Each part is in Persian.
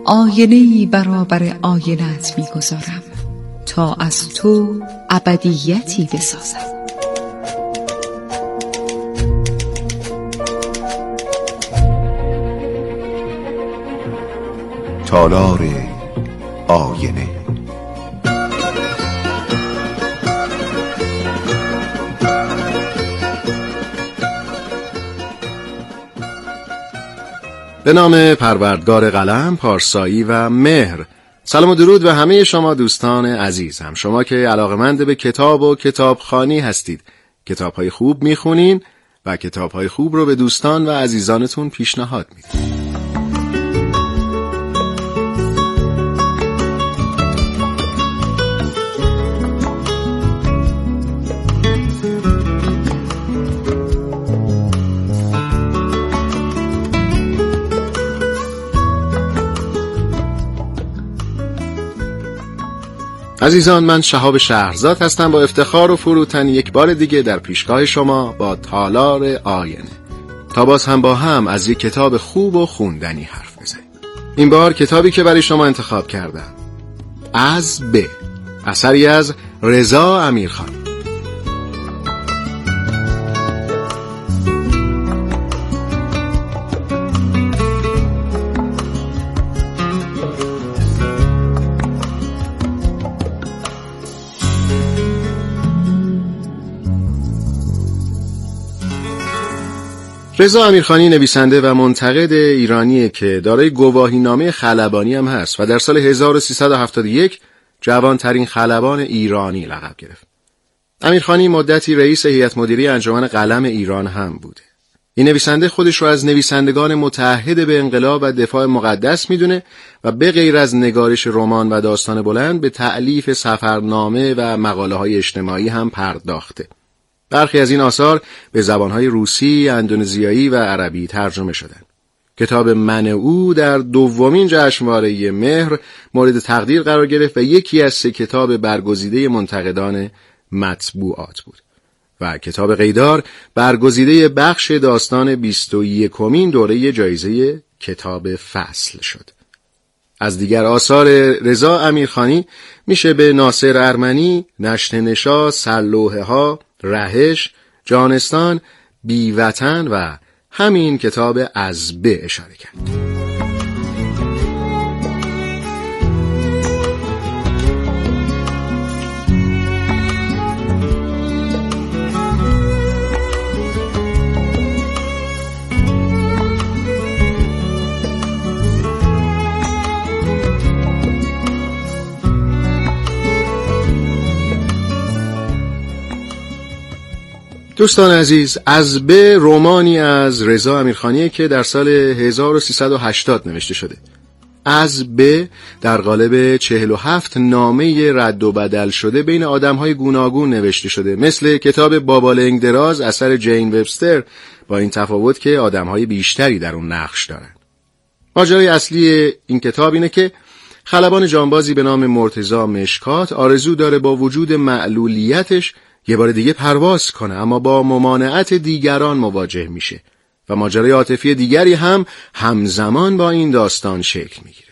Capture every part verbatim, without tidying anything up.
آینه‌ای برابر آینه‌ات می‌گذارم تا از تو ابدیتی بسازم. تالار آینه. به نام پروردگار قلم، پارسایی و مهر. سلام و درود به همه شما دوستان عزیزم، شما که علاقه‌مند به کتاب و کتابخوانی هستید، کتاب‌های خوب می‌خونین و کتاب‌های خوب رو به دوستان و عزیزانتون پیشنهاد میدید. عزیزان، من شهاب شهرزاد هستم، با افتخار و فروتنی یک بار دیگه در پیشگاه شما با تالار آینه، تا باز هم با هم از یک کتاب خوب و خوندنی حرف بزنیم. این بار کتابی که برای شما انتخاب کردم، از به، اثری از رضا امیرخانی. رضا امیرخانی نویسنده و منتقد ایرانیه که دارای گواهینامه خلبانی هم هست و در سال هزار و سیصد و هفتاد و یک جوانترین خلبان ایرانی لقب گرفت. امیرخانی مدتی رئیس هیئت مدیره انجمن قلم ایران هم بوده. این نویسنده خودش رو از نویسندگان متعهد به انقلاب و دفاع مقدس میدونه و به غیر از نگارش رمان و داستان بلند به تألیف سفرنامه و مقاله های اجتماعی هم پرداخته. برخی از این آثار به زبانهای روسی، اندونزیایی و عربی ترجمه شدند. کتاب من او در دومین جشنواره مهر مورد تقدیر قرار گرفت و یکی از سه کتاب برگزیده منتقدان مطبوعات بود و کتاب قیدار برگزیده بخش داستان بیست و یکمین دوره جایزه کتاب فصل شد. از دیگر آثار رضا امیرخانی میشه به ناصر ارمنی، نشت نشا، سرلوحه ها، رهش، جانستان، بیوطن و همین کتاب از به اشاره کرد. دوستان عزیز، از به رمانی از رضا امیرخانی که در سال هزار و سیصد و هشتاد نوشته شده. از به در قالب چهل و هفت نامه رد و بدل شده بین آدم‌های گوناگون نوشته شده، مثل کتاب بابا لنگ دراز اثر جین وبستر، با این تفاوت که آدم‌های بیشتری در اون نقش دارن. ماجرای اصلی این کتاب اینه که خلبان جانبازی به نام مرتضی مشکات آرزو داره با وجود معلولیتش یه بار دیگه پرواز کنه، اما با ممانعت دیگران مواجه میشه و ماجرای عاطفی دیگری هم همزمان با این داستان شکل میگیره.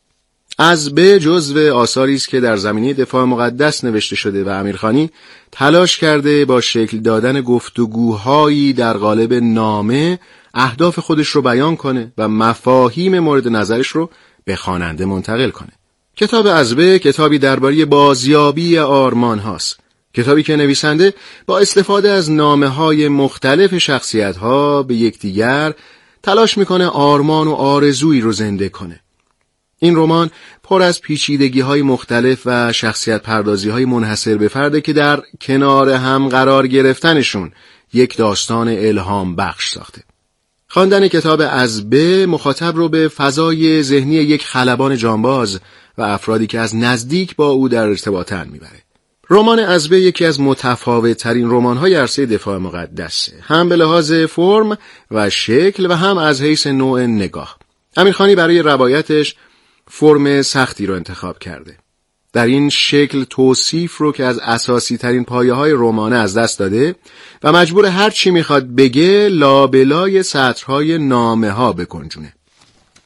از به جزو آثاری است که در زمینه دفاع مقدس نوشته شده و امیرخانی تلاش کرده با شکل دادن گفتگوهایی در قالب نامه اهداف خودش رو بیان کنه و مفاهیم مورد نظرش رو به خواننده منتقل کنه. کتاب از به کتابی درباره بازیابی آرمان هاست، کتابی که نویسنده با استفاده از نامه‌های مختلف شخصیت‌ها به یکدیگر تلاش می‌کنه آرمان و آرزویی رو زنده کنه. این رمان پر از پیچیدگی‌های مختلف و شخصیت پردازی‌های منحصر به فرده که در کنار هم قرار گرفتنشون یک داستان الهام بخش ساخته. خواندن کتاب از به مخاطب رو به فضای ذهنی یک خلبان جانباز و افرادی که از نزدیک با او در ارتباطن میبره. رمان از به یکی از متفاوت‌ترین رمان‌های عرصه دفاع مقدسه، هم به لحاظ فرم و شکل و هم از حیث نوع نگاه. امیرخانی برای روایتش فرم سختی رو انتخاب کرده. در این شکل توصیف رو که از اساسی ترین پایه های رمانه از دست داده و مجبور هر چی میخواد بگه لابلای سطرهای نامه ها بکنجونه.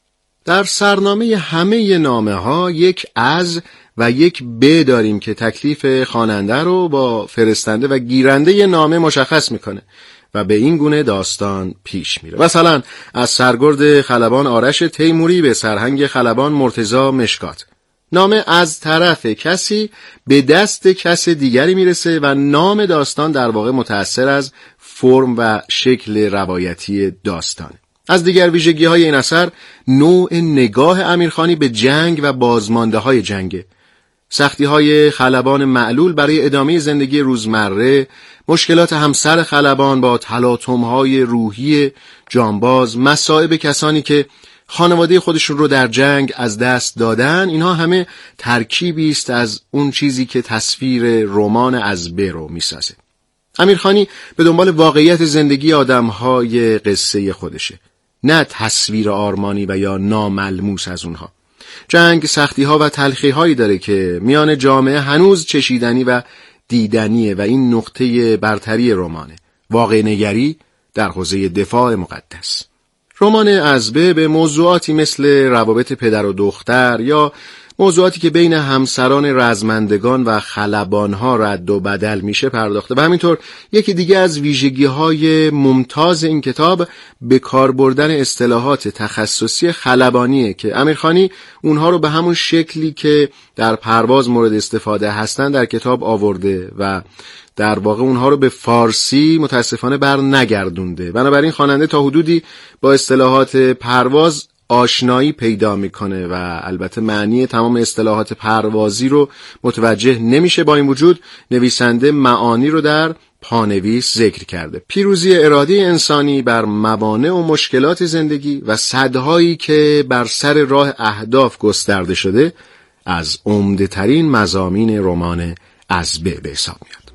در سرنامه همه نامه ها یک از و یک به داریم که تکلیف خواننده رو با فرستنده و گیرنده نامه مشخص میکنه و به این گونه داستان پیش میره. مثلا از سرگرد خلبان آرش تیموری به سرهنگ خلبان مرتضی مشکات. نامه از طرف کسی به دست کس دیگری میرسه و نام داستان در واقع متأثر از فرم و شکل روایتی داستانه. از دیگر ویژگی های این اثر نوع نگاه امیرخانی به جنگ و بازمانده های جنگه. سختی های خلبان معلول برای ادامه زندگی روزمره، مشکلات همسر خلبان با تلاطم های روحی جانباز، مصائب کسانی که خانواده خودشون رو در جنگ از دست دادن، اینها همه ترکیبی است از اون چیزی که تصویر رمان از به رو میسازه. امیرخانی به دنبال واقعیت زندگی آدم‌های قصه خودشه، نه تصویر آرمانی و یا ناملموس از اونها. جنگ سختی‌ها و تلخی‌هایی داره که میان جامعه هنوز چشیدنی و دیدنیه و این نقطه برتری رمانه، واقع نگری در حوزه دفاع مقدس. رمان ازبه به موضوعاتی مثل روابط پدر و دختر یا موضوعاتی که بین همسران رزمندگان و خلبانها رد و بدل میشه پرداخته و همینطور یکی دیگه از ویژگی‌های ممتاز این کتاب به کار بردن اصطلاحات تخصصی خلبانیه که امیرخانی اونها رو به همون شکلی که در پرواز مورد استفاده هستن در کتاب آورده و در واقع اونها رو به فارسی متاسفانه بر نگردونده. بنابراین خواننده تا حدودی با اصطلاحات پرواز آشنایی پیدا میکنه و البته معنی تمام اصطلاحات پروازی رو متوجه نمیشه. با این وجود نویسنده معانی رو در پانویس ذکر کرده. پیروزی اراده انسانی بر موانع و مشکلات زندگی و سدهایی که بر سر راه اهداف گسترده شده از عمده ترین مضامین رمان ازبه به حساب میاد.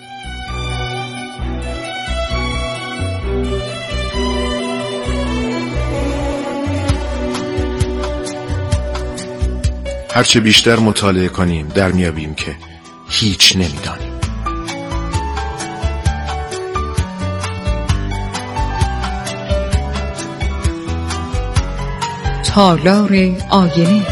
هرچه بیشتر مطالعه کنیم در میابیم که هیچ نمیدانیم. تالار آینه.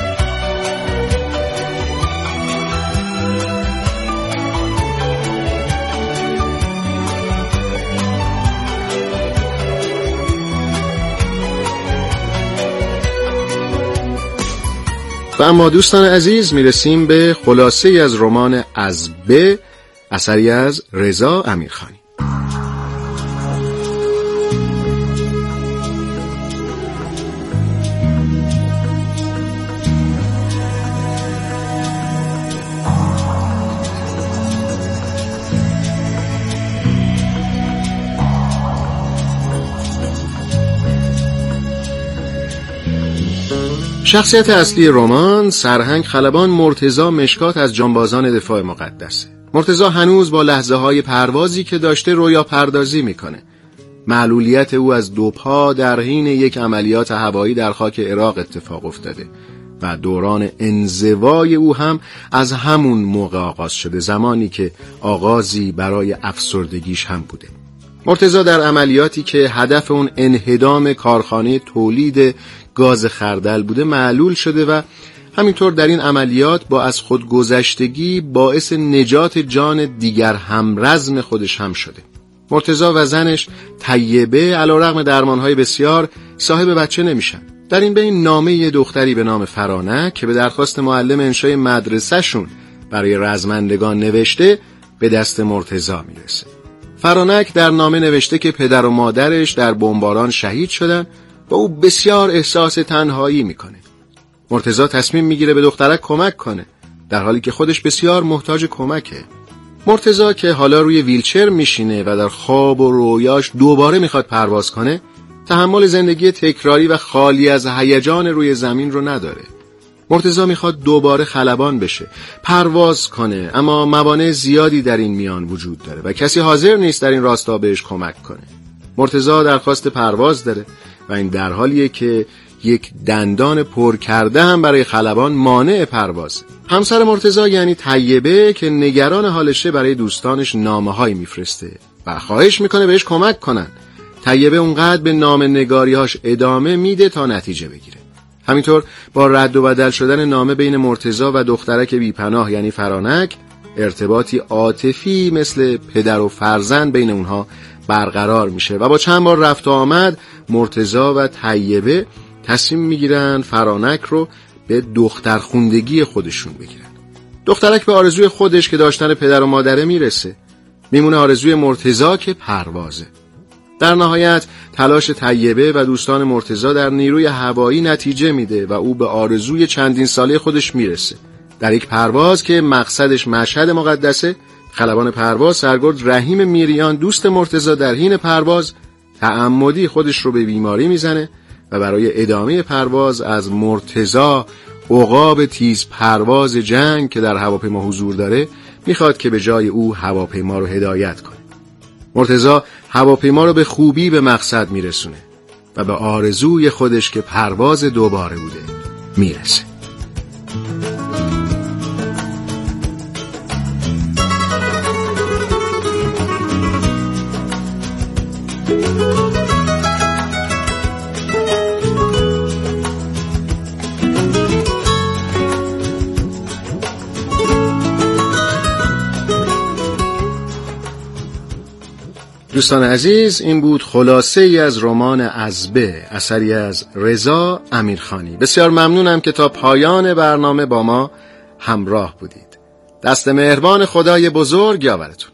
و اما دوستان عزیز میرسیم به خلاصه از رمان ازبه، اثری از رضا امیرخانی. شخصیت اصلی رمان سرهنگ خلبان مرتضی مشکات از جانبازان دفاع مقدسه. مرتضی هنوز با لحظه های پروازی که داشته رویا پردازی میکنه. معلولیت او از دو پا در حین یک عملیات هوایی در خاک عراق اتفاق افتاده و دوران انزوای او هم از همون موقع آغاز شده، زمانی که آغازی برای افسردگیش هم بوده. مرتضی در عملیاتی که هدف اون انهدام کارخانه تولید گاز خردل بوده معلول شده و همینطور در این عملیات با از خودگذشتگی باعث نجات جان دیگر همرزم خودش هم شده. مرتضی و زنش طیبه علیرغم درمانهای بسیار صاحب بچه نمیشن. در این بین نامه دختری به نام فرانک که به درخواست معلم انشای مدرسه‌شون برای رزمندگان نوشته به دست مرتضی میرسه. فرانک در نامه نوشته که پدر و مادرش در بمباران شهید شدن و او بسیار احساس تنهایی میکنه. مرتضی تصمیم میگیره به دخترک کمک کنه در حالی که خودش بسیار محتاج کمکه. مرتضی که حالا روی ویلچر میشینه و در خواب و رویاش دوباره میخواد پرواز کنه، تحمل زندگی تکراری و خالی از هیجان روی زمین رو نداره. مرتضی میخواد دوباره خلبان بشه، پرواز کنه، اما موانع زیادی در این میان وجود داره و کسی حاضر نیست در این راستا بهش کمک کنه. مرتضی درخواست پرواز داره و این در حالیه که یک دندان پر کرده هم برای خلبان مانع پرواز. همسر مرتضی یعنی طیبه که نگران حالشه برای دوستانش نامه‌هایی میفرسته و خواهش میکنه بهش کمک کنن. طیبه اونقدر به نامه نگاری‌هاش ادامه میده تا نتیجه بگیره. همینطور با رد و بدل شدن نامه بین مرتضی و دخترک بیپناه یعنی فرانک، ارتباطی عاطفی مثل پدر و فرزند بین اونها برقرار میشه و با چند بار رفت و آمد مرتضی و طیبه تصمیم میگیرن فرانک رو به دخترخوندگی خودشون بگیرن. دخترک به آرزوی خودش که داشتن پدر و مادره میرسه. میمونه آرزوی مرتضی که پروازه. در نهایت تلاش طیبه و دوستان مرتضی در نیروی هوایی نتیجه میده و او به آرزوی چندین ساله خودش میرسه. در یک پرواز که مقصدش مشهد مقدسه، خلبان پرواز سرگرد رحیم میریان دوست مرتضی در حین پرواز تعمدی خودش رو به بیماری میزنه و برای ادامه پرواز از مرتضی عقاب تیز پرواز جنگ که در هواپیما حضور داره میخواد که به جای او هواپیما رو هدایت کنه. مرتضی هواپیما رو به خوبی به مقصد میرسونه و به آرزوی خودش که پرواز دوباره بوده میرسه. دوستان عزیز، این بود خلاصه ای از رمان از به، اثری از رضا امیرخانی. بسیار ممنونم که تا پایان برنامه با ما همراه بودید. دست مهربان خدای بزرگ یاورتون.